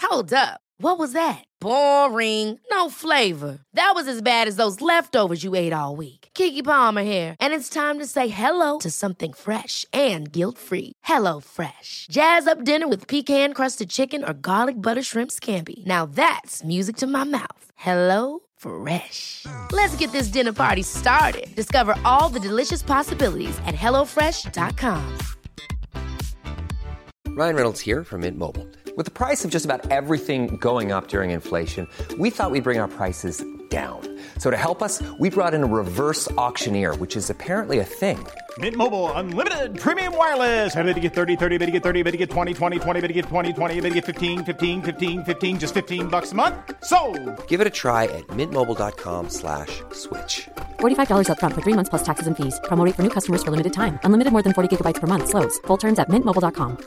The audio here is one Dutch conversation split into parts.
Hold up. What was that? Boring. No flavor. That was as bad as those leftovers you ate all week. Keke Palmer here. And it's time to say hello to something fresh and guilt-free. Hello Fresh. Jazz up dinner with pecan-crusted chicken or garlic butter shrimp scampi. Now that's music to my mouth. Hello Fresh. Let's get this dinner party started. Discover all the delicious possibilities at hellofresh.com. Ryan Reynolds here from Mint Mobile. With the price of just about everything going up during inflation, we thought we'd bring our prices down. So to help us, we brought in a reverse auctioneer, which is apparently a thing. Mint Mobile Unlimited Premium Wireless. How to get 30, 30, bit to get 30, bit to get 20, 20, 20, bit to get 20, 20, bit to get 15, 15, 15, 15, just $15 a month? Sold! Give it a try at mintmobile.com/switch. $45 up front for 3 months plus taxes and fees. Promo rate for new customers for limited time. Unlimited more than 40 gigabytes per month. Slows full terms at mintmobile.com.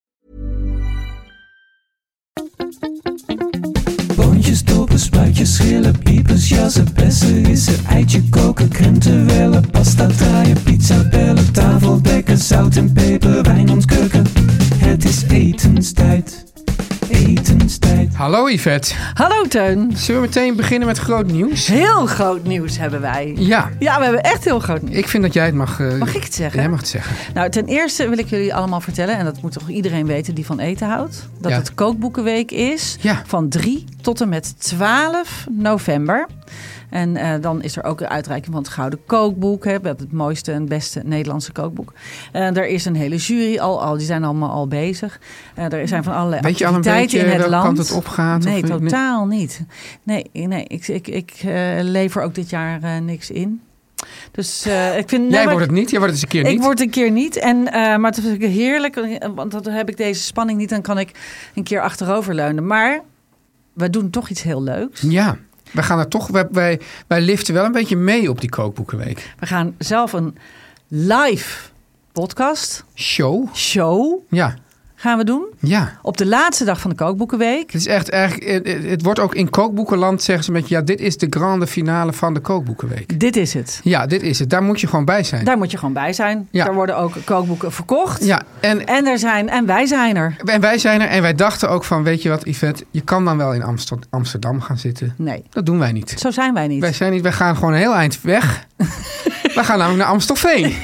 Boontjes, dopen, spuitjes, schillen, piepers, jassen, bessen, rissen, eitje koken, krenten wellen, pasta draaien, pizza bellen, tafel dekken, zout en peper, wijn ontkurken. Het is etenstijd, etenstijd. Hallo Yvette. Hallo Teun. Zullen we meteen beginnen met groot nieuws? Heel groot nieuws hebben wij. Ja. Ja, we hebben echt heel groot nieuws. Ik vind dat jij het mag... Mag ik het zeggen? Jij mag het zeggen. Nou, ten eerste wil ik jullie allemaal vertellen, en dat moet toch iedereen weten die van eten houdt, dat het Kookboekenweek is van 3 tot en met 12 november. En dan is er ook een uitreiking van het Gouden Kookboek. Hè, met het mooiste en beste Nederlandse kookboek. Er is een hele jury die zijn allemaal al bezig. Er zijn van allerlei activiteiten in het land. Kant het opgaat? Nee, totaal niet. Nee, ik lever ook dit jaar niks in. Dus ik vind... Jij wordt het niet? Jij wordt het eens een keer niet? Ik word een keer niet. Maar het is heerlijk. Want dan heb ik deze spanning niet. Dan kan ik een keer achteroverleunen. Maar we doen toch iets heel leuks. Ja. We gaan er toch, wij liften wel een beetje mee op die Kookboekenweek. We gaan zelf een live podcast. Show. Ja. Gaan we doen. Ja. Op de laatste dag van de Kookboekenweek. Het is echt het wordt ook in kookboekenland zeggen ze een beetje, ja, dit is de grande finale van de Kookboekenweek. Dit is het. Ja, dit is het. Daar moet je gewoon bij zijn. Daar moet je gewoon bij zijn. Ja. Daar worden ook kookboeken verkocht. Ja. En wij zijn er. En wij zijn er. En wij dachten ook van, weet je wat, Yvette, je kan dan wel in Amsterdam gaan zitten. Nee. Dat doen wij niet. Zo zijn wij niet. Wij gaan gewoon een heel eind weg. Wij gaan namelijk naar Amstelveen.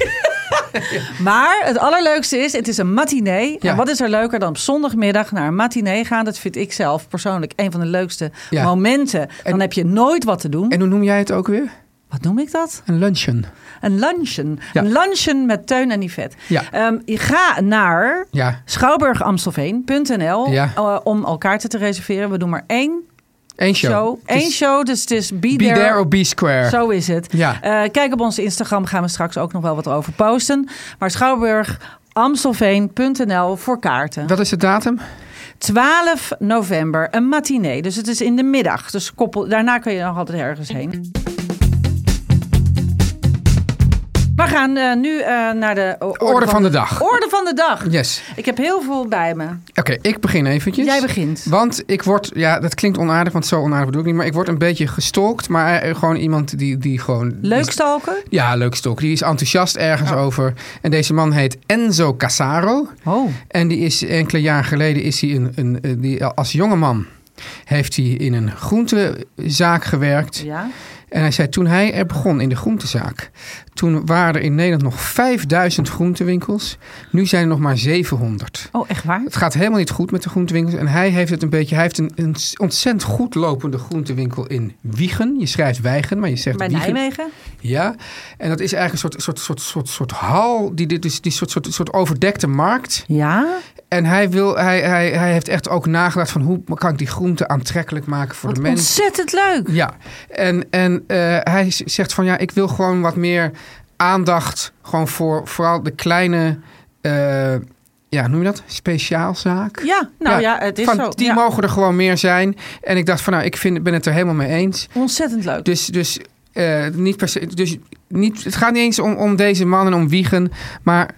Maar het allerleukste is, het is een matinee. Ja. En wat is er leuker dan op zondagmiddag naar een matinee gaan? Dat vind ik zelf persoonlijk een van de leukste momenten. Dan heb je nooit wat te doen. En hoe noem jij het ook weer? Wat noem ik dat? Een luncheon. Een luncheon. Ja. Een luncheon met Teun en Yvette. Ja. Ga naar schouwburgamstelveen.nl om al kaarten te reserveren. We doen maar één show. Eén show, dus het is be there or be square. Zo is het. Ja. Kijk op onze Instagram, gaan we straks ook nog wel wat over posten. Maar schouwburgamstelveen.nl voor kaarten. Wat is de datum? 12 november, een matinee. Dus het is in de middag. Dus daarna kun je nog altijd ergens heen. We gaan nu naar de orde van de dag. Orde van de dag. Yes. Ik heb heel veel bij me. Oké, ik begin eventjes. Jij begint. Want ik word, dat klinkt onaardig, want zo onaardig bedoel ik niet. Maar ik word een beetje gestalkt. Maar gewoon iemand die gewoon... Leuk stalken? Ja, leuk stalken. Die is enthousiast ergens over. En deze man heet Enzo Casaro. Oh. En die is enkele jaar geleden is hij die als jongeman heeft hij in een groentezaak gewerkt. Ja. En hij zei, toen hij er begon in de groentezaak, toen waren er in Nederland nog 5000 groentewinkels. Nu zijn er nog maar 700. Oh, echt waar? Het gaat helemaal niet goed met de groentewinkels. En hij heeft een ontzettend goed lopende groentewinkel in Wijchen. Je schrijft Wijchen, maar je zegt bij Wijchen. Nijmegen? Ja, en dat is eigenlijk een soort hal, die soort overdekte markt. Ja. En hij heeft echt ook nagedacht van hoe kan ik die groenten aantrekkelijk maken voor de mensen. Ontzettend leuk. Ja, en hij zegt van ik wil gewoon wat meer aandacht gewoon voor vooral de kleine, noem je dat? Speciaalzaak? Ja, het is zo. Die mogen er gewoon meer zijn. En ik dacht van ben het er helemaal mee eens. Ontzettend leuk. Dus niet per se, het gaat niet eens om deze man en om Wijchen, maar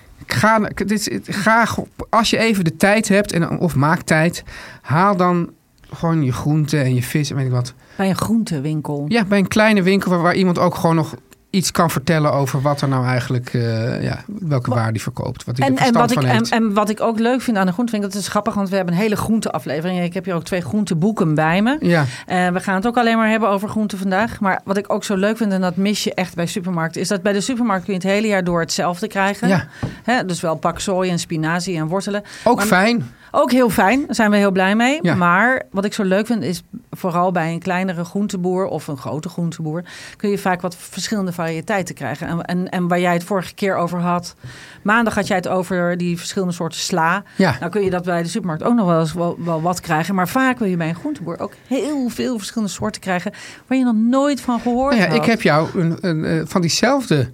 ga als je even de tijd hebt of maak tijd, haal dan gewoon je groenten en je vis en weet ik wat. Bij een groentewinkel. Ja, bij een kleine winkel waar iemand ook gewoon nog iets kan vertellen over wat er nou eigenlijk, welke waar die verkoopt. Wat hij er verstand van heeft. En wat ik ook leuk vind aan de groentewinkel, dat is grappig, want we hebben een hele groenteaflevering. Ik heb hier ook 2 groenteboeken bij me. Ja. We gaan het ook alleen maar hebben over groenten vandaag. Maar wat ik ook zo leuk vind, en dat mis je echt bij supermarkten, is dat bij de supermarkt kun je het hele jaar door hetzelfde krijgen. Ja. Dus wel pak zooi en spinazie en wortelen. Ook fijn. Ook heel fijn, daar zijn we heel blij mee. Ja. Maar wat ik zo leuk vind is, vooral bij een kleinere groenteboer of een grote groenteboer, kun je vaak wat verschillende variëteiten krijgen. En waar jij het vorige keer over had, maandag had jij het over die verschillende soorten sla. Ja. Nou kun je dat bij de supermarkt ook nog wel eens wel wat krijgen. Maar vaak wil je bij een groenteboer ook heel veel verschillende soorten krijgen waar je nog nooit van gehoord had. Ik heb jou van diezelfde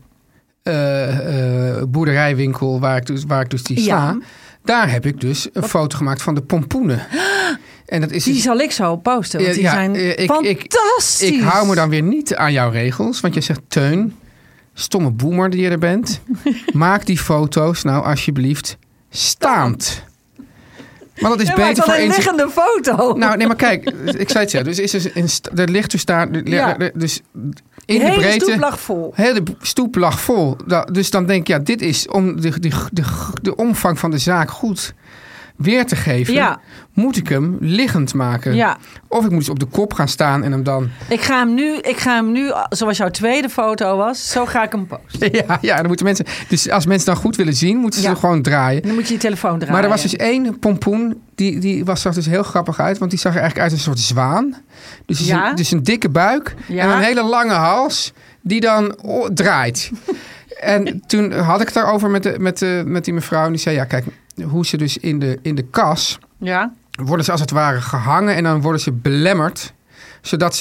boerderijwinkel waar ik dus die sla. Ja. Daar heb ik dus een foto gemaakt van de pompoenen. En dat is die zal ik zo posten, want die zijn fantastisch. Ik hou me dan weer niet aan jouw regels. Want je zegt, Teun, stomme boemer die je er bent. Maak die foto's nou alsjeblieft staand. Maar dat is beter voor een liggende foto. Nou, nee, maar kijk, ik zei het zo. Dus er ligt dus daar. Dus in de breedte. De stoep lag vol. Hele stoep lag vol. Dus dan denk ik, dit is om de omvang van de zaak goed weer te geven. Ja. Moet ik hem liggend maken. Ja. Of ik moet dus op de kop gaan staan en hem dan... Ik ga hem nu, zoals jouw tweede foto was, zo ga ik hem posten. Ja, dan moeten mensen... Dus als mensen dan goed willen zien, moeten ze gewoon draaien. Dan moet je telefoon draaien. Maar er was dus 1 pompoen, die zag dus heel grappig uit. Want die zag er eigenlijk uit als een soort zwaan. Dus een dikke buik en een hele lange hals die dan draait. En toen had ik het daarover met die mevrouw. En die zei, kijk, hoe ze dus in de kas... Ja. Worden ze als het ware gehangen en dan worden ze belemmerd. Zodat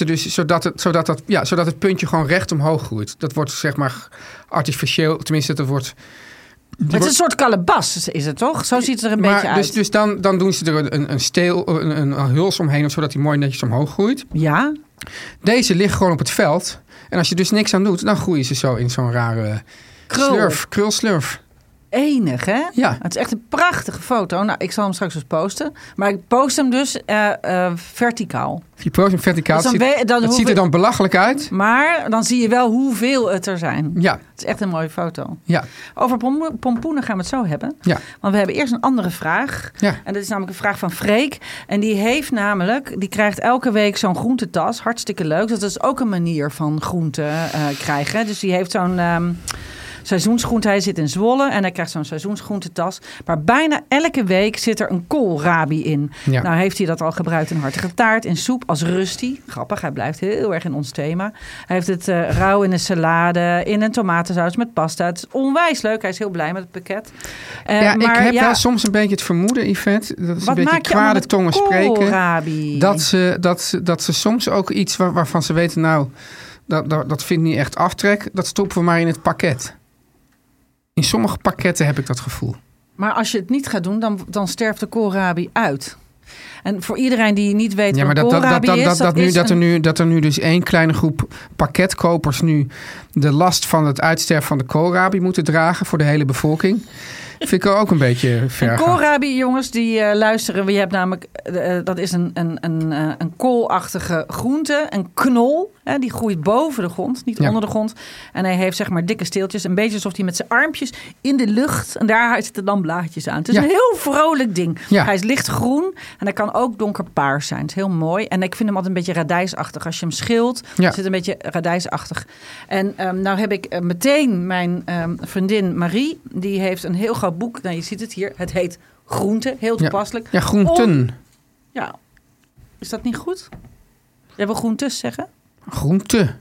het puntje gewoon recht omhoog groeit. Dat wordt zeg maar artificieel, tenminste dat wordt... Het is een soort kalebas, is het toch? Zo ziet het er een beetje uit. Dus dan doen ze er een huls omheen, zodat hij mooi netjes omhoog groeit. Ja. Deze ligt gewoon op het veld. En als je dus niks aan doet, dan groeien ze zo in zo'n rare krulslurf. Enig, hè? Ja. Het is echt een prachtige foto. Nou, ik zal hem straks eens posten. Maar ik post hem dus verticaal. Je post hem verticaal. Dus het ziet er dan belachelijk uit. Maar dan zie je wel hoeveel het er zijn. Ja. Het is echt een mooie foto. Ja. Over pompoenen gaan we het zo hebben. Ja. Want we hebben eerst een andere vraag. Ja. En dat is namelijk een vraag van Freek. En die krijgt elke week zo'n groentetas. Hartstikke leuk. Dat is ook een manier van groente krijgen. Dus die heeft zo'n... seizoensgroente. Hij zit in Zwolle en hij krijgt zo'n seizoensgroentetas. Maar bijna elke week zit er een koolrabi in. Ja. Nou heeft hij dat al gebruikt in hartige taart, in soep, als rusty. Grappig, hij blijft heel erg in ons thema. Hij heeft het rauw in een salade, in een tomatensaus met pasta. Het is onwijs leuk. Hij is heel blij met het pakket. Ik heb wel soms een beetje het vermoeden, Yvette, dat is een beetje kwade tongen spreken. Dat ze soms ook iets waarvan ze weten, nou, dat vindt niet echt aftrek. Dat stoppen we maar in het pakket. In sommige pakketten heb ik dat gevoel. Maar als je het niet gaat doen, dan sterft de koolrabi uit. En voor iedereen die niet weet wat koolrabi is... Dat er nu dus 1 kleine groep pakketkopers nu de last van het uitsterven van de koolrabi moeten dragen voor de hele bevolking. Vind ik ook een beetje ver. Koolrabi, jongens, die luisteren. Je hebt namelijk, dat is een koolachtige groente, een knol. Hè, die groeit boven de grond, niet onder de grond. En hij heeft zeg maar dikke steeltjes. Een beetje alsof hij met zijn armpjes in de lucht. En daar zitten dan blaadjes aan. Het is een heel vrolijk ding. Ja. Hij is lichtgroen en hij kan ook donkerpaars zijn. Het is heel mooi. En ik vind hem altijd een beetje radijsachtig. Als je hem schilt, zit een beetje radijsachtig. En nou heb ik meteen mijn vriendin Marie. Die heeft een heel groot boek. Nou, je ziet het hier. Het heet Groente. Heel toepasselijk. Ja, groenten. Ja. Is dat niet goed? Jij wil groentes zeggen? Groente.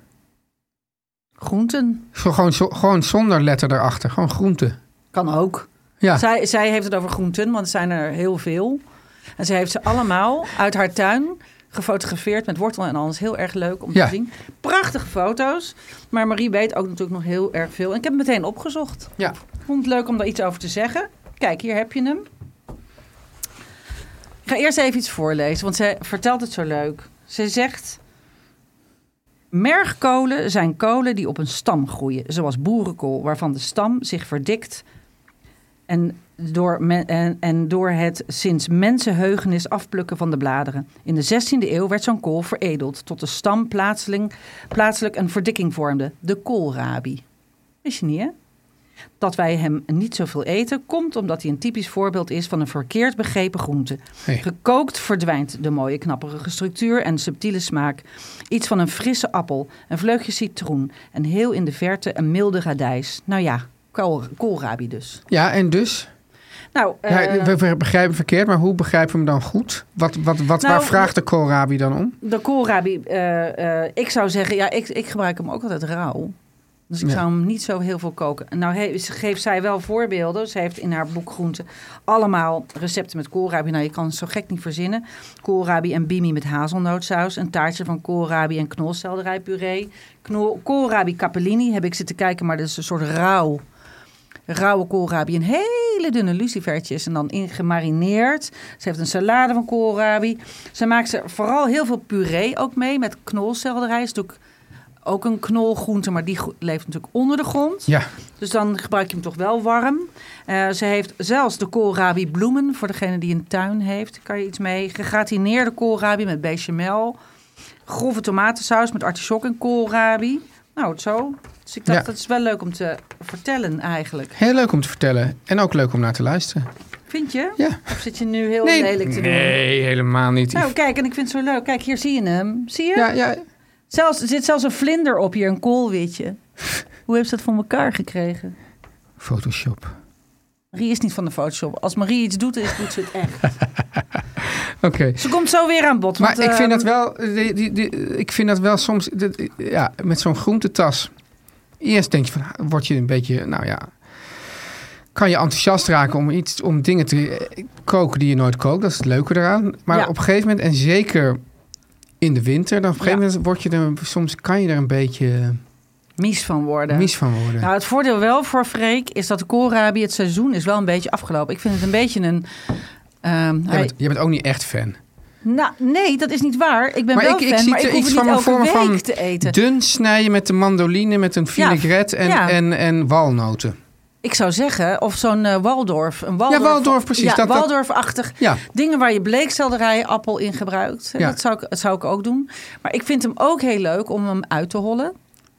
Groenten. Gewoon zonder letter erachter. Gewoon groente. Kan ook. Ja. Zij heeft het over groenten, want er zijn er heel veel. En zij heeft ze allemaal uit haar tuin gefotografeerd met wortel en alles. Heel erg leuk om te zien. Prachtige foto's. Maar Marie weet ook natuurlijk nog heel erg veel. En ik heb hem meteen opgezocht. Ja. Ik vond het leuk om daar iets over te zeggen. Kijk, hier heb je hem. Ik ga eerst even iets voorlezen, want zij vertelt het zo leuk. Ze zegt: mergkolen zijn kolen die op een stam groeien, zoals boerenkool, waarvan de stam zich verdikt En door het sinds mensenheugenis afplukken van de bladeren. In de 16e eeuw werd zo'n kool veredeld tot de stam plaatselijk een verdikking vormde. De koolrabi. Wist je niet, hè? Dat wij hem niet zoveel eten, komt omdat hij een typisch voorbeeld is van een verkeerd begrepen groente. Hey. Gekookt verdwijnt de mooie knapperige structuur en subtiele smaak. Iets van een frisse appel, een vleugje citroen en heel in de verte een milde radijs. Nou ja, koolrabi dus. Ja, en dus? Nou, we begrijpen verkeerd, maar hoe begrijpen we hem dan goed? Waar vraagt de koolrabi dan om? De koolrabi, ik zou zeggen, ik gebruik hem ook altijd rauw. Dus ik zou hem niet zo heel veel koken. Nou geeft zij wel voorbeelden. Ze heeft in haar boek Groenten allemaal recepten met koolrabi. Nou, je kan het zo gek niet verzinnen. Koolrabi en bimi met hazelnootsaus. Een taartje van koolrabi en knolselderijpuree. Koolrabi capellini heb ik zitten kijken, maar dat is een soort rauwe koolrabi in hele dunne lucifertjes en dan ingemaриneerd. Ze heeft een salade van koolrabi. Ze maakt er vooral heel veel puree ook mee met knolselderij. Is natuurlijk ook een knolgroente, maar die leeft natuurlijk onder de grond. Ja. Dus dan gebruik je hem toch wel warm. Ze heeft zelfs de koolrabi bloemen. Voor degene die een tuin heeft, kan je iets mee. Gegratineerde koolrabi met bechamel. Grove tomatensaus met artisjok en koolrabi. Nou, zo. Dus ik dacht, dat is wel leuk om te vertellen eigenlijk. Heel leuk om te vertellen. En ook leuk om naar te luisteren. Vind je? Ja. Of zit je nu heel lelijk te doen? Nee, helemaal niet. Nou, kijk, en ik vind het zo leuk. Kijk, hier zie je hem. Zie je? Ja. Er zit zelfs een vlinder op hier, een koolwitje. Hoe heeft ze dat voor elkaar gekregen? Photoshop. Marie is niet van de Photoshop. Als Marie iets doet, doet ze het echt. Oké. Ze komt zo weer aan bod. Maar want, ik vind dat wel... Ik vind dat wel soms... met zo'n groentetas. Eerst denk je van... Word je een beetje... Nou ja... Kan je enthousiast raken om dingen te koken die je nooit kookt. Dat is het leuke eraan. Maar op een gegeven moment... En zeker in de winter... Dan op een gegeven moment word je er... Soms kan je er een beetje... Mies van worden. Nou, het voordeel wel voor Freek is dat de koolrabi, het seizoen is wel een beetje afgelopen. Ik vind het een beetje een... Je bent ook niet echt fan. Nou, nee, dat is niet waar. Ik ben wel fan, maar ik hoef het niet elke week te eten. Dun snijden met de mandoline, met een vinaigrette en walnoten. Ik zou zeggen, of zo'n Waldorf. Waldorf, precies. Ja, Waldorf-achtig. Ja. Dingen waar je bleekselderij, appel in gebruikt. Ja. Dat zou ik ook doen. Maar ik vind hem ook heel leuk om hem uit te hollen.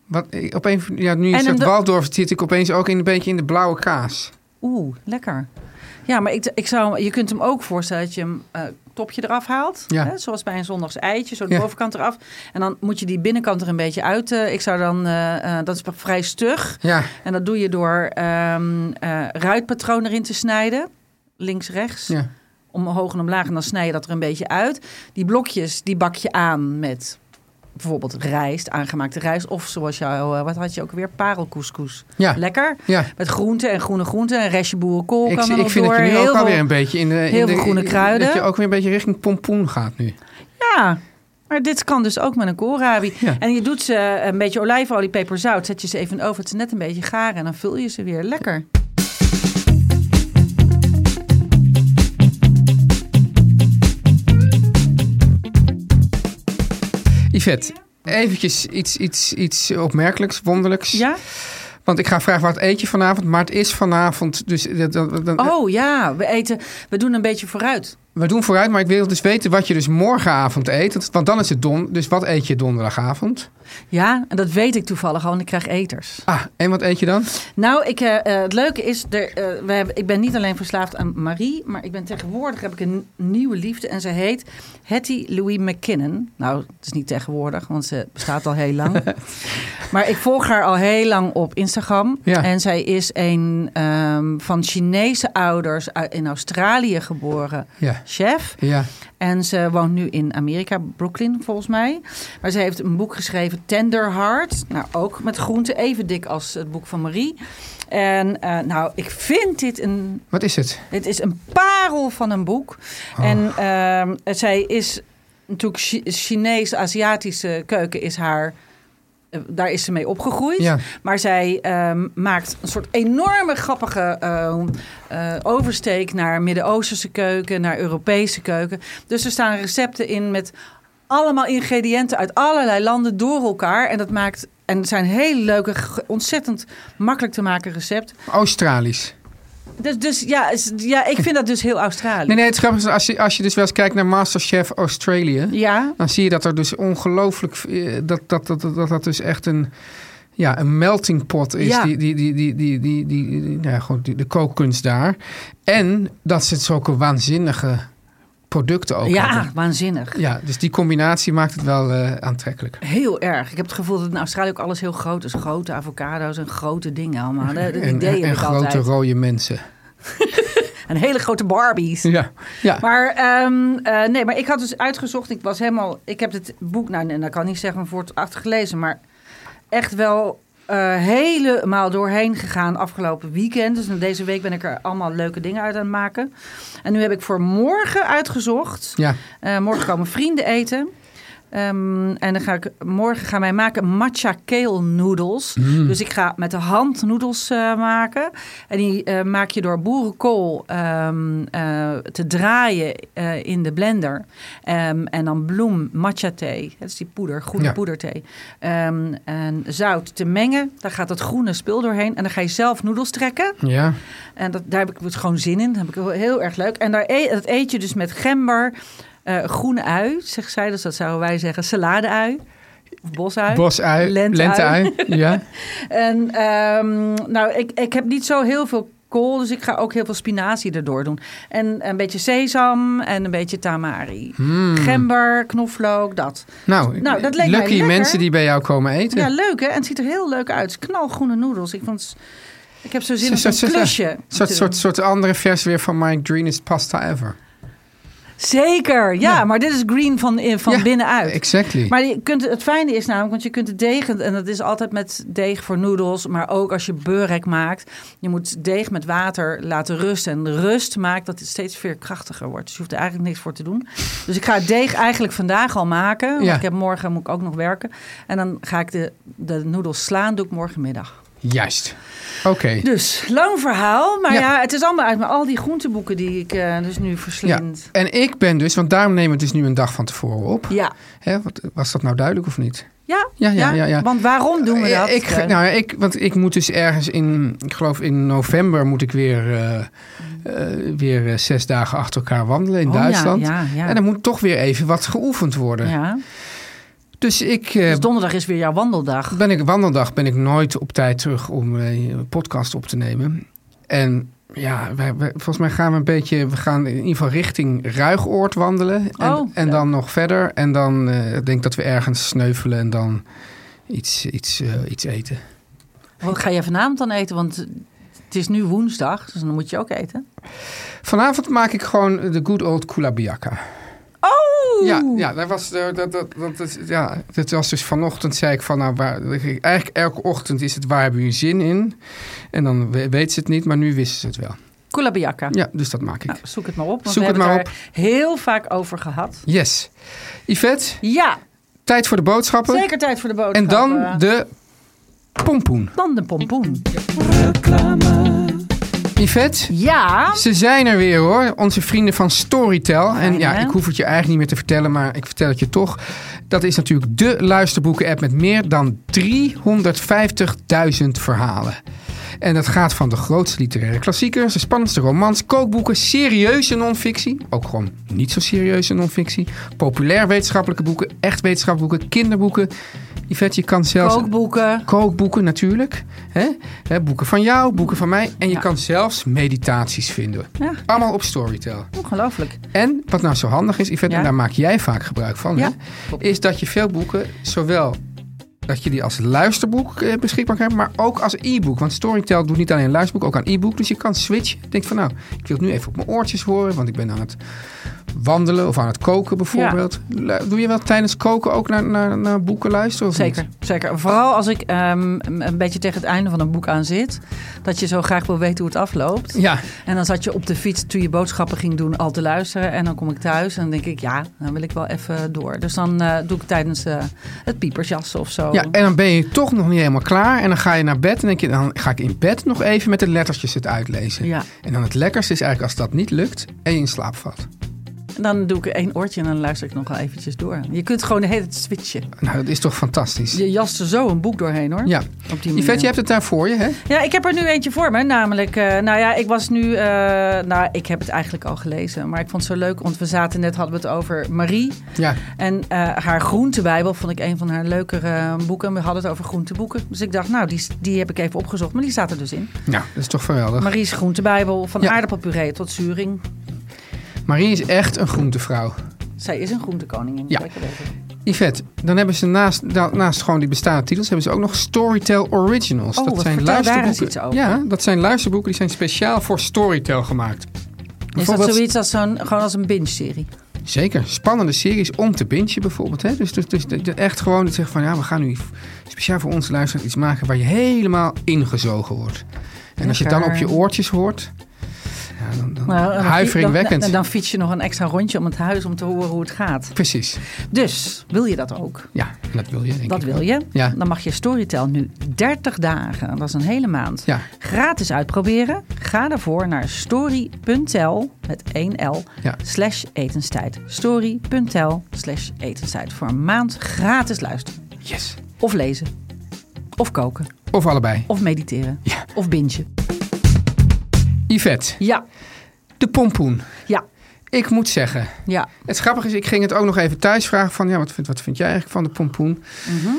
Nu je zegt Waldorf, zit ik opeens ook een beetje in de blauwe kaas. Oeh, lekker. Ja, maar je kunt hem ook voorstellen dat je hem topje eraf haalt. Ja. Hè, zoals bij een zondags eitje, zo de bovenkant eraf. En dan moet je die binnenkant er een beetje uit. Ik zou dan, dat is vrij stug. Ja. En dat doe je door ruitpatroon erin te snijden. Links, rechts. Ja. Omhoog en omlaag. En dan snij je dat er een beetje uit. Die blokjes, die bak je aan met... bijvoorbeeld rijst, aangemaakte rijst. Of zoals wat had je ook weer? Parelcouscous. Ja. Lekker. Ja. Met groenten en groene groenten. Een restje boerenkool kan er nog door. Ik vind dat je nu ook alweer een beetje in de groene kruiden. Dat je ook weer een beetje richting pompoen gaat nu. Ja, maar dit kan dus ook met een koolrabi. Ja. En je doet ze een beetje olijfolie, peper, zout. Zet je ze even in de oven, het ze net een beetje garen. En dan vul je ze weer. Lekker. Yvette, eventjes iets opmerkelijks, wonderlijks. Ja? Want ik ga vragen, wat eet je vanavond? Maar het is vanavond... Dus we doen een beetje vooruit. We doen vooruit, maar ik wil dus weten wat je dus morgenavond eet. Want dan is het dus wat eet je donderdagavond? Ja, en dat weet ik toevallig al, want ik krijg eters. Ah, en wat eet je dan? Nou, het leuke is, ik ben niet alleen verslaafd aan Marie, maar tegenwoordig heb ik een nieuwe liefde en ze heet Hattie Louise McKinnon. Nou, het is niet tegenwoordig, want ze bestaat al heel lang. Maar ik volg haar al heel lang op Instagram. Ja. En zij is een van Chinese ouders in Australië geboren chef. Ja. En ze woont nu in Amerika, Brooklyn volgens mij. Maar ze heeft een boek geschreven, Tender Heart. Nou, ook met groenten, even dik als het boek van Marie. En ik vind dit een... Wat is het? Het is een parel van een boek. Oh. En zij is natuurlijk Chinees-Aziatische keuken is haar... Daar is ze mee opgegroeid. Ja. Maar zij maakt een soort enorme grappige oversteek naar Midden-Oosterse keuken, naar Europese keuken. Dus er staan recepten in met allemaal ingrediënten uit allerlei landen door elkaar. En dat maakt... En het zijn hele leuke, ontzettend makkelijk te maken recepten. Australisch. Dus ik vind dat dus heel Australisch. Nee, het grappige is, als je dus wel eens kijkt naar MasterChef Australië... Ja. Dan zie je dat er dus ongelooflijk... Dat dus echt een melting pot is. Ja. De kookkunst daar. En dat ze zulke waanzinnige producten ook hebben. Ja, waanzinnig. Ja, dus die combinatie maakt het wel aantrekkelijk. Heel erg. Ik heb het gevoel dat in Australië ook alles heel groot is. Grote avocado's en grote dingen allemaal. En grote rode mensen. En hele grote Barbies. Ja. Maar ik had dus uitgezocht. Ik heb het boek, en dat kan ik niet zeggen voor het achtergelezen, maar echt wel helemaal doorheen gegaan afgelopen weekend. Dus deze week ben ik er allemaal leuke dingen uit aan het maken. En nu heb ik voor morgen uitgezocht. Ja. Morgen komen vrienden eten. En dan morgen gaan wij maken matcha kale noodles. Dus ik ga met de hand noedels maken. En die maak je door boerenkool te draaien in de blender. En dan bloem matcha thee. Dat is die poeder, groene poederthee. En zout te mengen. Daar gaat dat groene spul doorheen. En dan ga je zelf noedels trekken. Ja. En daar heb ik dus gewoon zin in. Dat heb ik heel erg leuk. En dat eet je dus met gember... groene ui, zegt zij. Dus dat zouden wij zeggen salade-ui. Of bosui. Bosui, lente-ui. Ja. En ik heb niet zo heel veel kool. Dus ik ga ook heel veel spinazie erdoor doen. En een beetje sesam en een beetje tamari. Gember, knoflook, dat. Nou dat leek mij lekker. Mensen die bij jou komen eten. Ja, leuk hè. En het ziet er heel leuk uit. Knalgroene noedels. Ik heb zo zin in een klusje. Soort andere versie weer van My Greenest Pasta Ever. Zeker, ja, maar dit is green van binnenuit. Exactly. Maar het fijne is namelijk, want je kunt het deeg, en dat is altijd met deeg voor noedels, maar ook als je beurek maakt. Je moet deeg met water laten rusten. En de rust maakt dat het steeds veerkrachtiger wordt. Dus je hoeft er eigenlijk niks voor te doen. Dus ik ga het deeg eigenlijk vandaag al maken. Want morgen moet ik ook nog werken. En dan ga ik de noedels slaan, doe ik morgenmiddag. Juist. Oké. Dus, lang verhaal. Maar het is allemaal uit al die groenteboeken die ik dus nu verslind. Ja. En ik ben dus, want daarom nemen we het dus nu een dag van tevoren op. Ja. Was dat nou duidelijk of niet? Ja. Want waarom doen we dat? Want ik moet dus ergens ik geloof in november moet ik weer 6 dagen achter elkaar wandelen in Duitsland. Ja. En dan moet toch weer even wat geoefend worden. Ja. Dus donderdag is weer jouw wandeldag. Wandeldag ben ik nooit op tijd terug om een podcast op te nemen. En volgens mij gaan we gaan in ieder geval richting Ruigoord wandelen. En dan nog verder. En dan denk ik dat we ergens sneuvelen en dan iets eten. Wat ga je vanavond dan eten? Want het is nu woensdag, dus dan moet je ook eten. Vanavond maak ik gewoon de good old kulabiaka. Oh! Ja, dat was dus vanochtend, zei ik van, eigenlijk elke ochtend is het, waar hebben jullie zin in? En dan weet ze het niet, maar nu wisten ze het wel. Kulabiaka. Ja, dus dat maak ik. Zoek het maar op, want we hebben het daar heel vaak over gehad. Yes. Yvette? Ja. Tijd voor de boodschappen. Zeker tijd voor de boodschappen. En dan de pompoen. Reclame. Yvette? Ja? Ze zijn er weer hoor. Onze vrienden van Storytel. En ik hoef het je eigenlijk niet meer te vertellen, maar ik vertel het je toch. Dat is natuurlijk de luisterboeken-app met meer dan 350.000 verhalen. En dat gaat van de grootste literaire klassiekers, de spannendste romans, kookboeken, serieuze non-fictie, ook gewoon niet zo serieuze non-fictie, populair wetenschappelijke boeken, echt wetenschappelijke boeken, kinderboeken. Yvette, je kan zelfs... Kookboeken natuurlijk. Boeken van jou, boeken van mij. En je kan zelfs meditaties vinden. Ja. Allemaal op Storytel. Ongelooflijk. En wat nou zo handig is, Yvette, en daar maak jij vaak gebruik van, is dat je veel boeken, zowel dat je die als luisterboek beschikbaar krijgt, maar ook als e-book. Want Storytel doet niet alleen een luisterboek, ook aan e-book. Dus je kan switchen. Denk van ik wil het nu even op mijn oortjes horen, want ik ben aan het wandelen of aan het koken bijvoorbeeld. Ja. Doe je wel tijdens koken ook naar boeken luisteren? Of zeker, niet? Zeker. Vooral als ik een beetje tegen het einde van een boek aan zit. Dat je zo graag wil weten hoe het afloopt. Ja. En dan zat je op de fiets toen je boodschappen ging doen al te luisteren. En dan kom ik thuis en dan denk ik, dan wil ik wel even door. Dus dan doe ik tijdens het piepersjassen of zo. Ja, en dan ben je toch nog niet helemaal klaar. En dan ga je naar bed en denk je, dan ga ik in bed nog even met de lettertjes het uitlezen. Ja. En dan het lekkerste is eigenlijk als dat niet lukt en je in slaap valt. Dan doe ik 1 oortje en dan luister ik nog wel eventjes door. Je kunt gewoon de hele tijd switchen. Nou, dat is toch fantastisch. Je jast er zo een boek doorheen, hoor. Ja. Yvette, je hebt het daar voor je, hè? Ja, ik heb er nu eentje voor me. Namelijk, ik was nu... ik heb het eigenlijk al gelezen. Maar ik vond het zo leuk, want hadden we het over Marie. Ja. En haar groentebijbel vond ik een van haar leukere boeken. We hadden het over groenteboeken. Dus ik dacht, nou, die heb ik even opgezocht. Maar die staat er dus in. Ja, dat is toch geweldig. Marie's groentebijbel, van aardappelpuree tot zuring. Marie is echt een groentevrouw. Zij is een groentekoningin. Ja. Yvette, dan hebben ze naast gewoon die bestaande titels... hebben ze ook nog Storytel Originals. Oh, dat zijn luisterboeken. Ja, dat zijn luisterboeken die zijn speciaal voor Storytel gemaakt. Is dat zoiets als gewoon als een binge-serie? Zeker. Spannende series om te bingen bijvoorbeeld. Hè? Dus echt gewoon dat zeggen van... ja, we gaan nu speciaal voor ons luisteren iets maken... waar je helemaal ingezogen wordt. En als je het dan op je oortjes hoort... ja, dan huiveringwekkend. En dan fiets je nog een extra rondje om het huis om te horen hoe het gaat. Precies. Dus, wil je dat ook? Ja, dat wil je. Dat wil je? Ja. Dan mag je Storytel nu 30 dagen, dat is een hele maand, gratis uitproberen. Ga daarvoor naar story.tel met 1L /etenstijd. Story.tel/etenstijd. Voor een maand gratis luisteren. Yes. Of lezen. Of koken. Of allebei. Of mediteren. Ja. Of bingen. Yvette. Ja. De pompoen. Ja. Ik moet zeggen. Ja. Het grappige is, ik ging het ook nog even thuis vragen van... ja, wat vind jij eigenlijk van de pompoen? Mm-hmm.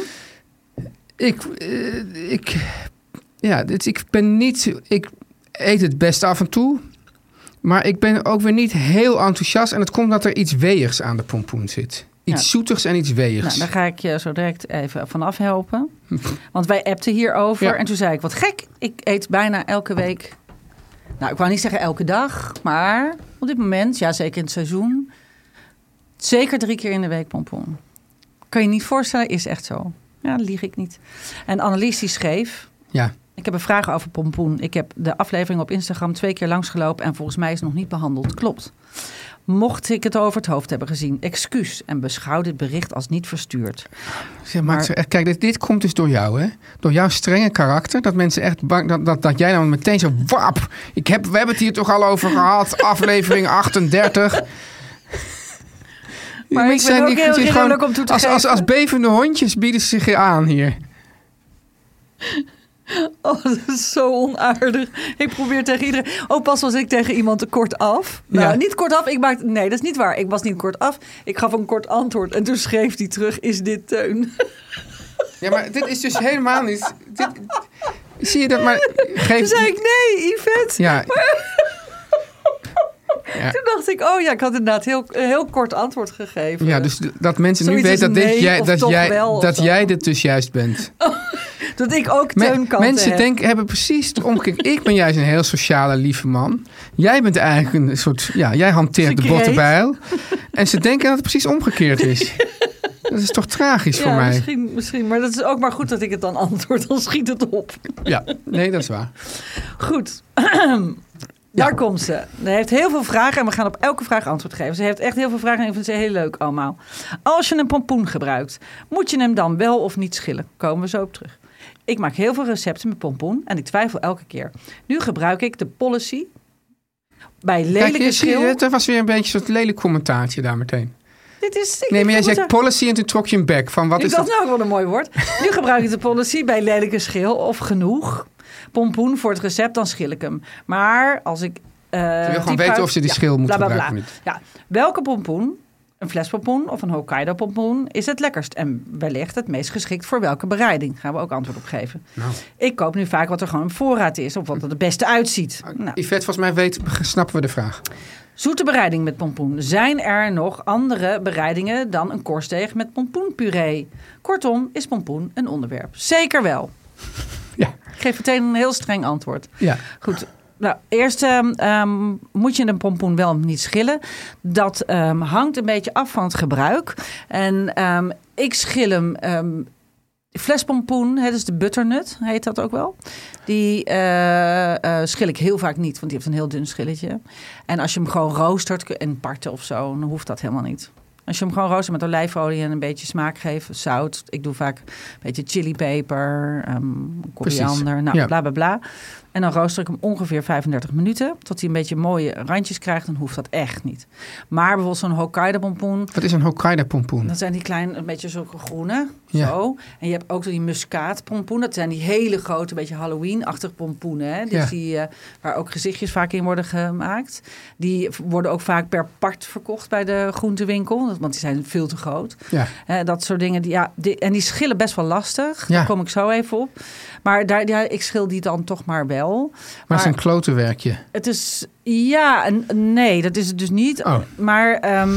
Ik eet het best af en toe. Maar ik ben ook weer niet heel enthousiast. En het komt dat er iets weeigs aan de pompoen zit. Iets zoetigs en iets weeigs. Nou, daar ga ik je zo direct even vanaf helpen. Want wij appten hierover. Ja. En toen zei ik, wat gek. Ik eet bijna elke week... Nou, ik wou niet zeggen elke dag, maar op dit moment, ja, zeker in het seizoen, zeker 3 keer in de week pompoen. Kan je niet voorstellen, is echt zo. Ja, dat lieg ik niet. En Annelies die schreef, ik heb een vraag over pompoen. Ik heb de aflevering op Instagram 2 keer langsgelopen en volgens mij is het nog niet behandeld. Klopt. Mocht ik het over het hoofd hebben gezien, excuus en beschouw dit bericht als niet verstuurd. Maar kijk, dit komt dus door jou, hè? Door jouw strenge karakter. Dat mensen echt bang, dat jij dan meteen zo, wap! We hebben het hier toch al over gehad, aflevering 38. Maar ik ben ook heel redelijk om toe te geven. Als bevende hondjes bieden ze zich aan hier. Oh, dat is zo onaardig. Ik probeer tegen iedereen... Oh, pas was ik tegen iemand kort af. Nou, niet kort af. Nee, dat is niet waar. Ik was niet kort af. Ik gaf een kort antwoord. En toen schreef hij terug, is dit Teun? Ja, maar dit is dus helemaal niet... Zie je dat maar... Toen zei ik, nee, Yvette. Ja. Ja. Toen dacht ik, ik had inderdaad heel kort antwoord gegeven. Ja, dus dat mensen nu weten dat jij dit dus juist bent. Dat ik ook Teun kan mensen hebben precies het omgekeerd. Ik ben juist een heel sociale, lieve man. Jij bent eigenlijk een soort... Ja, jij hanteert de bottenbijl. En ze denken dat het precies omgekeerd is. Dat is toch tragisch voor mij. Misschien. Maar dat is ook maar goed dat ik het dan antwoord. Dan schiet het op. Ja, nee, dat is waar. Goed. Daar komt ze. Ze heeft heel veel vragen en we gaan op elke vraag antwoord geven. Ze heeft echt heel veel vragen en ik vind ze heel leuk allemaal. Als je een pompoen gebruikt, moet je hem dan wel of niet schillen? Komen we zo op terug. Ik maak heel veel recepten met pompoen en ik twijfel elke keer. Nu gebruik ik de policy bij lelijke schil. Er was weer een beetje zo'n lelijk commentaartje daar meteen. Maar jij zegt policy en toen trok je een bek. Van wat is dat? Nou wel een mooi woord. Nu gebruik ik de policy bij lelijke schil of genoeg pompoen voor het recept, dan schil ik hem. Maar als ik... je wil gewoon weten of ze die schil moet gebruiken. Niet. Ja, welke pompoen, een flespompoen of een Hokkaido pompoen, is het lekkerst en wellicht het meest geschikt voor welke bereiding? Gaan we ook antwoord op geven. Nou. Ik koop nu vaak wat er gewoon voorraad is of wat er het beste uitziet. Yvette, volgens mij snappen we de vraag. Zoete bereiding met pompoen. Zijn er nog andere bereidingen dan een korstdeeg met pompoenpuree? Kortom, is pompoen een onderwerp? Zeker wel. Ja. Ik geef meteen een heel streng antwoord. Ja. Goed. Nou, eerst moet je een pompoen wel niet schillen. Dat hangt een beetje af van het gebruik. En ik schil hem... flespompoen, dus de butternut heet dat ook wel. Die schil ik heel vaak niet, want die heeft een heel dun schilletje. En als je hem gewoon roostert en parten of zo, dan hoeft dat helemaal niet. Als je hem gewoon roostert met olijfolie en een beetje smaak geeft, zout. Ik doe vaak een beetje chilipeper, koriander, bla bla bla. En dan rooster ik hem ongeveer 35 minuten. Tot hij een beetje mooie randjes krijgt. Dan hoeft dat echt niet. Maar bijvoorbeeld zo'n Hokkaido-pompoen. Wat is een Hokkaido-pompoen? Dat zijn die kleine, een beetje zo groene. Ja. Zo. En je hebt ook die muskaatpompoen. Dat zijn die hele grote, beetje Halloween-achtige pompoenen. Hè? Dus die, waar ook gezichtjes vaak in worden gemaakt. Die worden ook vaak per part verkocht bij de groentewinkel. Want die zijn veel te groot. Ja. Dat soort dingen. En die schillen best wel lastig. Daar kom ik zo even op. Maar ik schil die dan toch maar wel. Maar het is een klotenwerkje. Het is... Ja, nee, dat is het dus niet. Oh. Maar,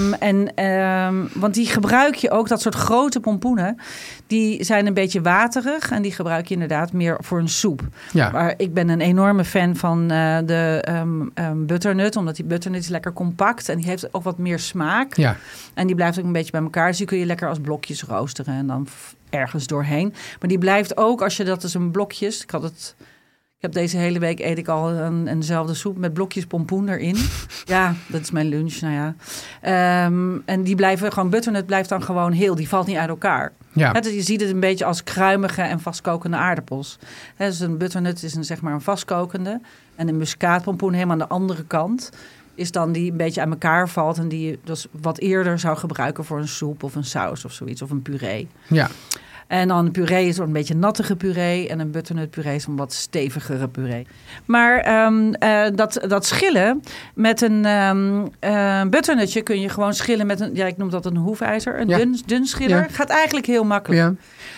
want die gebruik je ook, dat soort grote pompoenen, die zijn een beetje waterig en die gebruik je inderdaad meer voor een soep. Ja. Maar ik ben een enorme fan van de butternut, omdat die butternut is lekker compact en die heeft ook wat meer smaak. Ja. En die blijft ook een beetje bij elkaar, dus die kun je lekker als blokjes roosteren en dan ergens doorheen. Maar die blijft ook, als je dat is een blokjes, Ik heb deze hele week eet ik al eenzelfde soep met blokjes pompoen erin. Ja, dat is mijn lunch. Nou ja. En die blijven gewoon, butternut blijft dan gewoon heel. Die valt niet uit elkaar. Ja. Dus je ziet het een beetje als kruimige en vastkokende aardappels. Dus een butternut is zeg maar een vastkokende. En een muskaatpompoen helemaal aan de andere kant is dan die een beetje aan elkaar valt. En die je dus wat eerder zou gebruiken voor een soep of een saus of zoiets. Of een puree. Ja. En dan een puree is een beetje nattige puree. En een butternut puree is een wat stevigere puree. Maar dat schillen met een butternutje kun je gewoon schillen met een... Ja, ik noem dat een hoefijzer. Een dun schiller. Ja. Gaat eigenlijk heel makkelijk.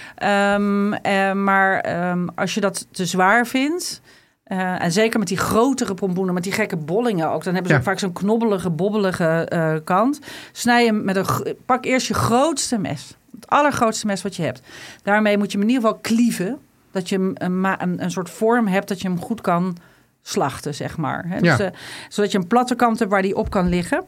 Ja. Maar als je dat te zwaar vindt... en zeker met die grotere pompoenen, met die gekke bollingen ook. Dan hebben ze ook vaak zo'n knobbelige, bobbelige kant. Snij je pak eerst je grootste mes. Het allergrootste mes wat je hebt. Daarmee moet je hem in ieder geval klieven. Dat je een soort vorm hebt dat je hem goed kan slachten, zeg maar. Hè? Ja. Dus, zodat je een platte kant hebt waar die op kan liggen.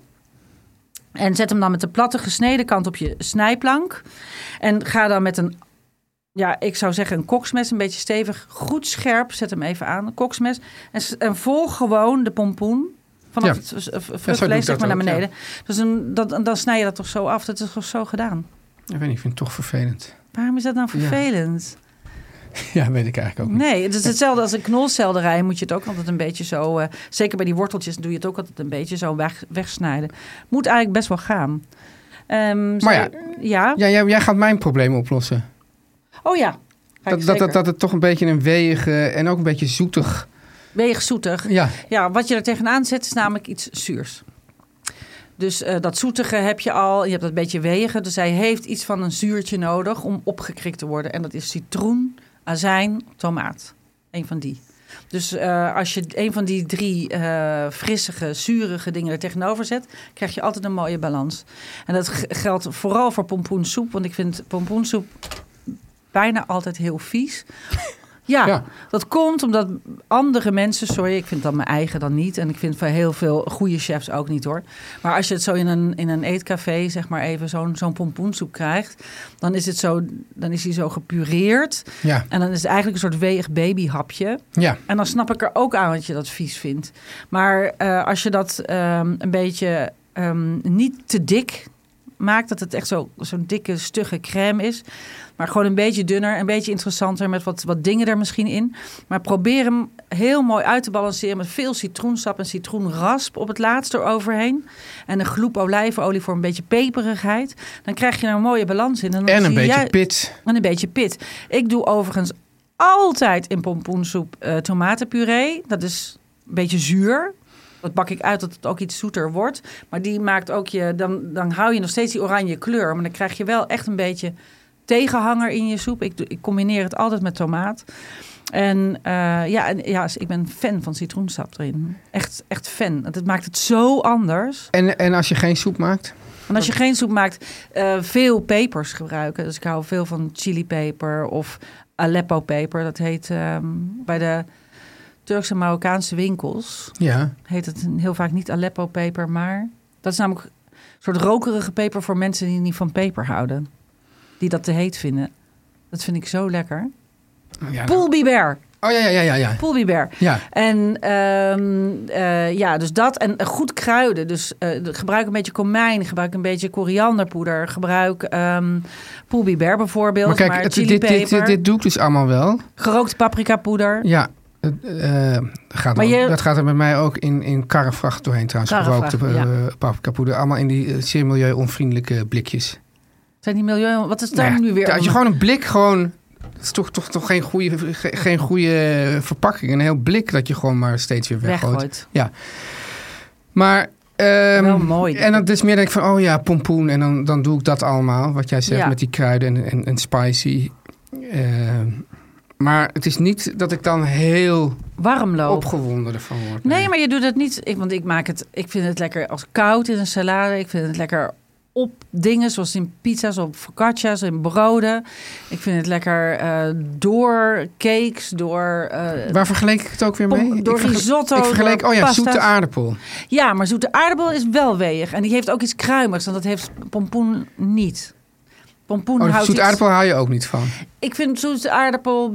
En zet hem dan met de platte gesneden kant op je snijplank. En ga dan met een... Ja, ik zou zeggen een koksmes, een beetje stevig. Goed scherp, zet hem even aan, een koksmes. En volg gewoon de pompoen vanaf het vruchtvlees zeg maar naar beneden. Ja. Dus dan snij je dat toch zo af. Dat is toch zo gedaan? Ik weet niet, ik vind het toch vervelend. Waarom is dat nou vervelend? Ja, weet ik eigenlijk ook niet. Nee, het is hetzelfde als een knolselderij. Moet je het ook altijd een beetje zo... zeker bij die worteltjes doe je het ook altijd een beetje zo wegsnijden. Moet eigenlijk best wel gaan. Maar jij gaat mijn probleem oplossen. Oh ja. Dat het toch een beetje een weeige en ook een beetje zoetig... Weeg zoetig. Ja, wat je er tegenaan zet is namelijk iets zuurs. Dus dat zoetige heb je al. Je hebt dat beetje weeige. Dus hij heeft iets van een zuurtje nodig om opgekrikt te worden. En dat is citroen, azijn, tomaat. Eén van die. Dus als je een van die 3 frissige, zurige dingen er tegenover zet... krijg je altijd een mooie balans. En dat geldt vooral voor pompoensoep. Want ik vind pompoensoep bijna altijd heel vies. Ja, dat komt omdat andere mensen... Sorry, ik vind dat mijn eigen dan niet. En ik vind van heel veel goede chefs ook niet hoor. Maar als je het zo in een eetcafé, zeg maar even zo'n pompoensoep krijgt... dan is hij zo gepureerd. Ja. En dan is het eigenlijk een soort weeg babyhapje. Ja. En dan snap ik er ook aan dat je dat vies vindt. Maar als je dat een beetje niet te dik maakt... dat het echt zo'n dikke, stugge crème is... maar gewoon een beetje dunner, een beetje interessanter... met wat dingen er misschien in. Maar probeer hem heel mooi uit te balanceren... met veel citroensap en citroenrasp op het laatst eroverheen. En een gloep olijfolie voor een beetje peperigheid. Dan krijg je er een mooie balans in. En een beetje pit. En een beetje pit. Ik doe overigens altijd in pompoensoep tomatenpuree. Dat is een beetje zuur. Dat bak ik uit dat het ook iets zoeter wordt. Maar die maakt ook dan hou je nog steeds die oranje kleur. Maar dan krijg je wel echt een beetje tegenhanger in je soep. Ik combineer het altijd met tomaat. En ik ben fan van citroensap erin. Echt fan. Het maakt het zo anders. En als je geen soep maakt? En als je geen soep maakt, veel pepers gebruiken. Dus ik hou veel van chilipeper of Aleppo-peper. Dat heet bij de Turkse en Marokkaanse winkels. Ja. Heet het heel vaak niet Aleppo-peper, maar dat is namelijk een soort rokerige peper voor mensen die niet van peper houden. Die dat te heet vinden. Dat vind ik zo lekker. Ja, Poelbiber. Oh ja. Poelbiber. Ja. En dus dat. En goed kruiden. Dus gebruik een beetje komijn. Gebruik een beetje korianderpoeder. Gebruik poelbiber bijvoorbeeld. Maar kijk, chilipeper. Dit doe ik dus allemaal wel. Gerookte paprikapoeder. Ja. Dat gaat er bij mij ook in karrevracht doorheen trouwens. Gerookte paprikapoeder. Allemaal in die zeer milieu-onvriendelijke blikjes. Zijn die milieu... Wat is daar nu weer? Als je gewoon een blik gewoon... Het is toch geen goede verpakking. Een heel blik dat je gewoon maar steeds weer weggooit. Ja. Maar... wel mooi. En dan dus meer denk ik van, pompoen. En dan doe ik dat allemaal. Wat jij zegt met die kruiden en spicy. Maar het is niet dat ik dan heel warm loop. Opgewonden ervan word. Nee, maar je doet het niet. Ik vind het lekker als koud in een salade. Ik vind het lekker op dingen, zoals in pizza's, op focaccia's, in broden. Ik vind het lekker door cakes, door... Waar vergeleek ik het ook weer mee? Door risotto, ik vergeleek, pasta's. Zoete aardappel. Ja, maar zoete aardappel is wel weeg. En die heeft ook iets kruimigs. En dat heeft pompoen niet. Pompoen houdt zoete aardappel hou je ook niet van? Ik vind zoete aardappel...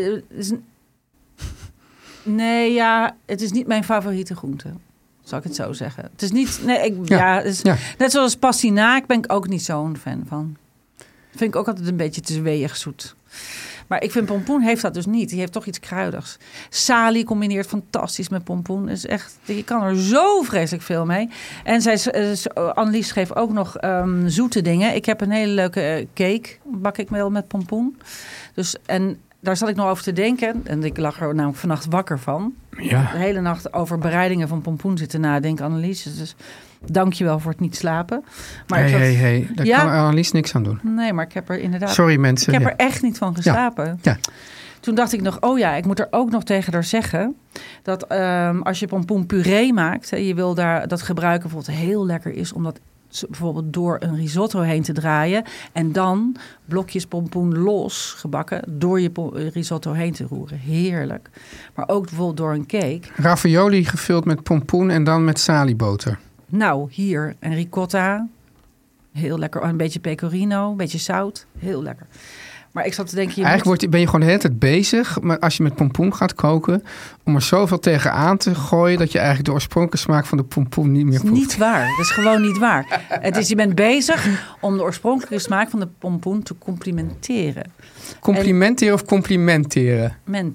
het is niet mijn favoriete groente. Zal ik het zo zeggen. Het is niet... Net zoals pastinaak ben ik ook niet zo'n fan van. Vind ik ook altijd een beetje te weeg zoet. Maar ik vind pompoen heeft dat dus niet. Die heeft toch iets kruidigs. Salie combineert fantastisch met pompoen. Is echt, je kan er zo vreselijk veel mee. En Annelies schreef ook nog zoete dingen. Ik heb een hele leuke cake. Bak ik wel met pompoen. Dus, en daar zat ik nog over te denken. En ik lag er namelijk vannacht wakker van. Ja. De hele nacht over bereidingen van pompoen zitten nadenken, Annelies. Dus dank je wel voor het niet slapen. Maar daar kan Annelies niks aan doen. Nee, maar ik heb er inderdaad... Sorry mensen. Ik heb er echt niet van geslapen. Ja. Toen dacht ik nog, ik moet er ook nog tegen haar zeggen... dat als je pompoenpuree maakt... je wil daar dat gebruiken bijvoorbeeld heel lekker is... omdat bijvoorbeeld door een risotto heen te draaien... en dan blokjes pompoen los gebakken... door je risotto heen te roeren. Heerlijk. Maar ook bijvoorbeeld door een cake. Ravioli gevuld met pompoen en dan met salieboter. Nou, hier. En ricotta. Heel lekker. Een beetje pecorino, een beetje zout. Heel lekker. Maar ik zat te denken... Ben je gewoon de hele tijd bezig... maar als je met pompoen gaat koken... om er zoveel tegenaan te gooien... dat je eigenlijk de oorspronkelijke smaak van de pompoen niet meer proeft. Niet waar. Dat is gewoon niet waar. Je bent bezig om de oorspronkelijke smaak van de pompoen te complimenteren. Complimenteren of complimenteren?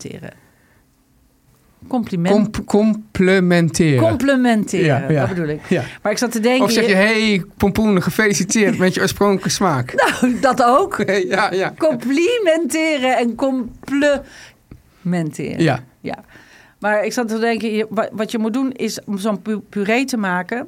Complementeren, ja. Dat bedoel ik. Ja. Maar ik zat te denken... Of zeg je, hey pompoen, gefeliciteerd met je oorspronkelijke smaak. Nou, dat ook. Ja. Complimenteren en complementeren. Ja. Maar ik zat te denken, wat je moet doen is om zo'n puree te maken...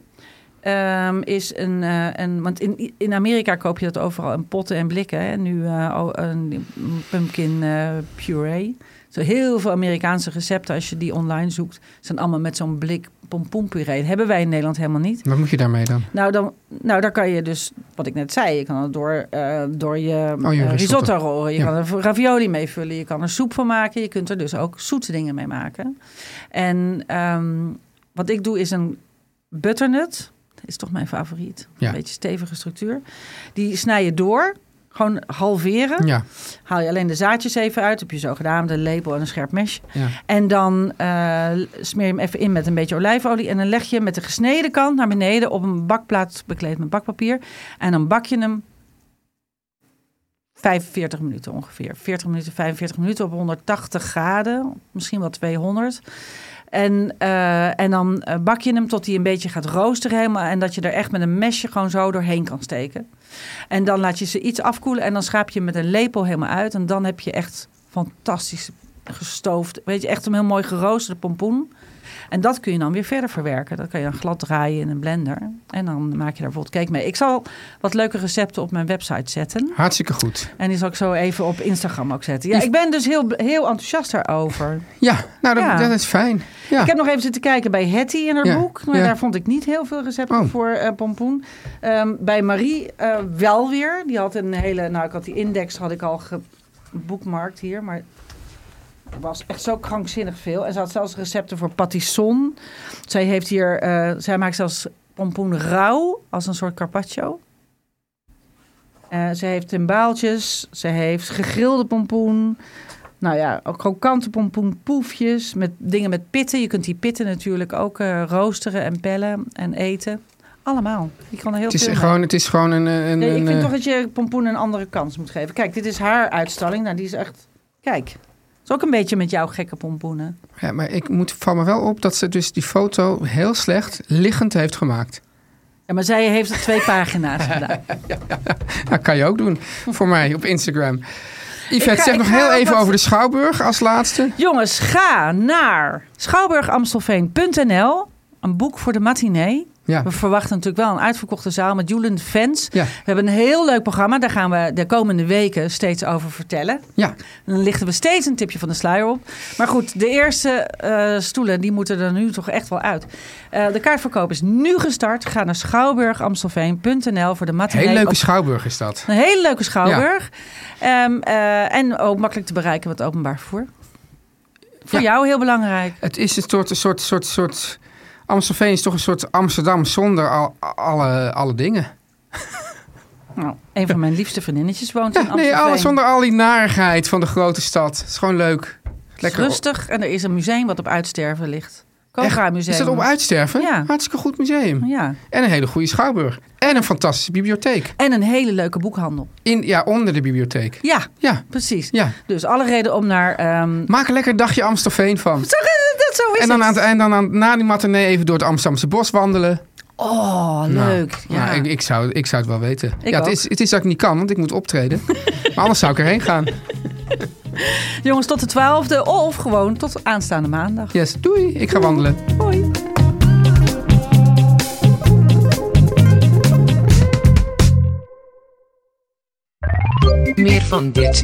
want in Amerika koop je dat overal in potten en blikken. Hè? Nu een pumpkin puree. Zo heel veel Amerikaanse recepten, als je die online zoekt... zijn allemaal met zo'n blik pompoenpuree. Dat hebben wij in Nederland helemaal niet. Wat moet je daarmee dan? Nou, daar kan je dus, wat ik net zei... je kan het door je risotto roeren. Je kan er ravioli mee vullen. Je kan er soep van maken. Je kunt er dus ook zoete dingen mee maken. En wat ik doe is een butternut... is toch mijn favoriet. Ja. Een beetje stevige structuur. Die snij je door. Gewoon halveren. Ja. Haal je alleen de zaadjes even uit. Heb je zo gedaan met een lepel en een scherp mesje. Ja. En dan smeer je hem even in met een beetje olijfolie. En dan leg je hem met de gesneden kant naar beneden... op een bakplaat bekleed met bakpapier. En dan bak je hem 45 minuten ongeveer. 40 minuten, 45 minuten op 180 graden. Misschien wel 200. En dan bak je hem tot hij een beetje gaat roosteren helemaal. En dat je er echt met een mesje gewoon zo doorheen kan steken. En dan laat je ze iets afkoelen. En dan schaap je met een lepel helemaal uit. En dan heb je echt fantastisch gestoofd. Weet je, echt een heel mooi geroosterde pompoen. En dat kun je dan weer verder verwerken. Dat kan je dan glad draaien in een blender. En dan maak je daar bijvoorbeeld cake mee. Ik zal wat leuke recepten op mijn website zetten. Hartstikke goed. En die zal ik zo even op Instagram ook zetten. Ja, ik ben dus heel enthousiast daarover. Ja, nou dat is fijn. Ja. Ik heb nog even zitten kijken bij Hetty in haar boek. Maar daar vond ik niet heel veel recepten voor pompoen. Bij Marie wel weer. Die had een hele... Nou, ik had die index had ik al gebookmarkt hier. Maar... er was echt zo krankzinnig veel. En ze had zelfs recepten voor patisson. Zij maakt zelfs pompoen rauw als een soort carpaccio. Ze heeft timbaaltjes. Ze heeft gegrilde pompoen. Nou ja, ook krokante pompoenpoefjes. Met dingen met pitten. Je kunt die pitten natuurlijk ook roosteren en pellen en eten. Allemaal. Je kan er heel veel mee. Het is gewoon een... ik vind toch dat je pompoen een andere kans moet geven. Kijk, dit is haar uitstalling. Nou, die is echt... Kijk... is ook een beetje met jouw gekke pompoenen. Ja, maar val me wel op dat ze dus die foto heel slecht liggend heeft gemaakt. Ja, maar zij heeft er 2 pagina's gedaan. Dat kan je ook doen voor mij op Instagram. Yvette, zeg nog heel even over de Schouwburg als laatste. Jongens, ga naar schouwburgamstelveen.nl. Een boek voor de matinee. Ja. We verwachten natuurlijk wel een uitverkochte zaal met joelende fans. Ja. We hebben een heel leuk programma. Daar gaan we de komende weken steeds over vertellen. Ja. Dan lichten we steeds een tipje van de sluier op. Maar goed, de eerste stoelen die moeten er nu toch echt wel uit. De kaartverkoop is nu gestart. Ga naar schouwburgamstelveen.nl voor de matinee. Een hele leuke Schouwburg is dat. Een hele leuke Schouwburg. Ja. En ook makkelijk te bereiken met openbaar vervoer. Voor jou heel belangrijk. Het is een soort Amstelveen is toch een soort Amsterdam zonder alle dingen. Nou, een van mijn liefste vriendinnetjes woont in Amstelveen. Nee, zonder al die narigheid van de grote stad. Het is gewoon leuk. Lekker rustig. En er is een museum wat op uitsterven ligt. Museum. Is dat op uitsterven? Ja. Hartstikke goed museum. Ja. En een hele goede Schouwburg. En een fantastische bibliotheek. En een hele leuke boekhandel. Onder de bibliotheek. Ja, precies. Ja. Dus alle reden om naar... Maak een lekker dagje Amstelveen van. Zo is en dan na die matinee even door het Amsterdamse bos wandelen. Oh, leuk. Ja. Ik zou het wel weten. Het is dat ik niet kan, want ik moet optreden. Maar anders zou ik erheen gaan. Jongens, tot de 12e of gewoon tot aanstaande maandag. Yes, doei. Ik ga wandelen. Hoi. Meer van dit.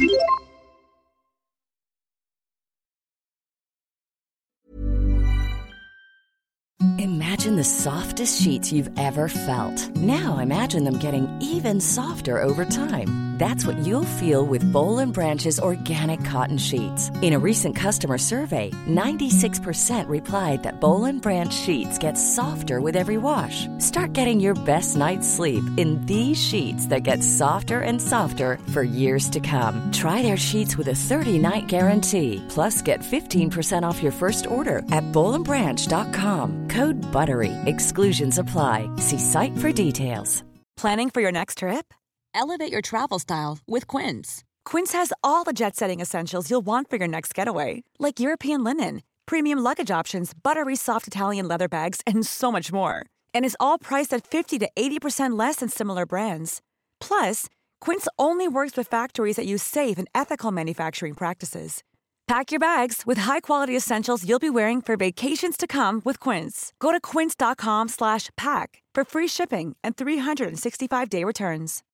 Imagine the softest sheets you've ever felt. Now imagine them getting even softer over time. That's what you'll feel with Boll & Branch's organic cotton sheets. In a recent customer survey, 96% replied that Boll & Branch sheets get softer with every wash. Start getting your best night's sleep in these sheets that get softer and softer for years to come. Try their sheets with a 30-night guarantee. Plus, get 15% off your first order at bollandbranch.com. Code BUTTERY. Exclusions apply. See site for details. Planning for your next trip? Elevate your travel style with Quince. Quince has all the jet-setting essentials you'll want for your next getaway, like European linen, premium luggage options, buttery soft Italian leather bags, and so much more. And is all priced at 50 to 80% less than similar brands. Plus, Quince only works with factories that use safe and ethical manufacturing practices. Pack your bags with high-quality essentials you'll be wearing for vacations to come with Quince. Go to quince.com/pack for free shipping and 365-day returns.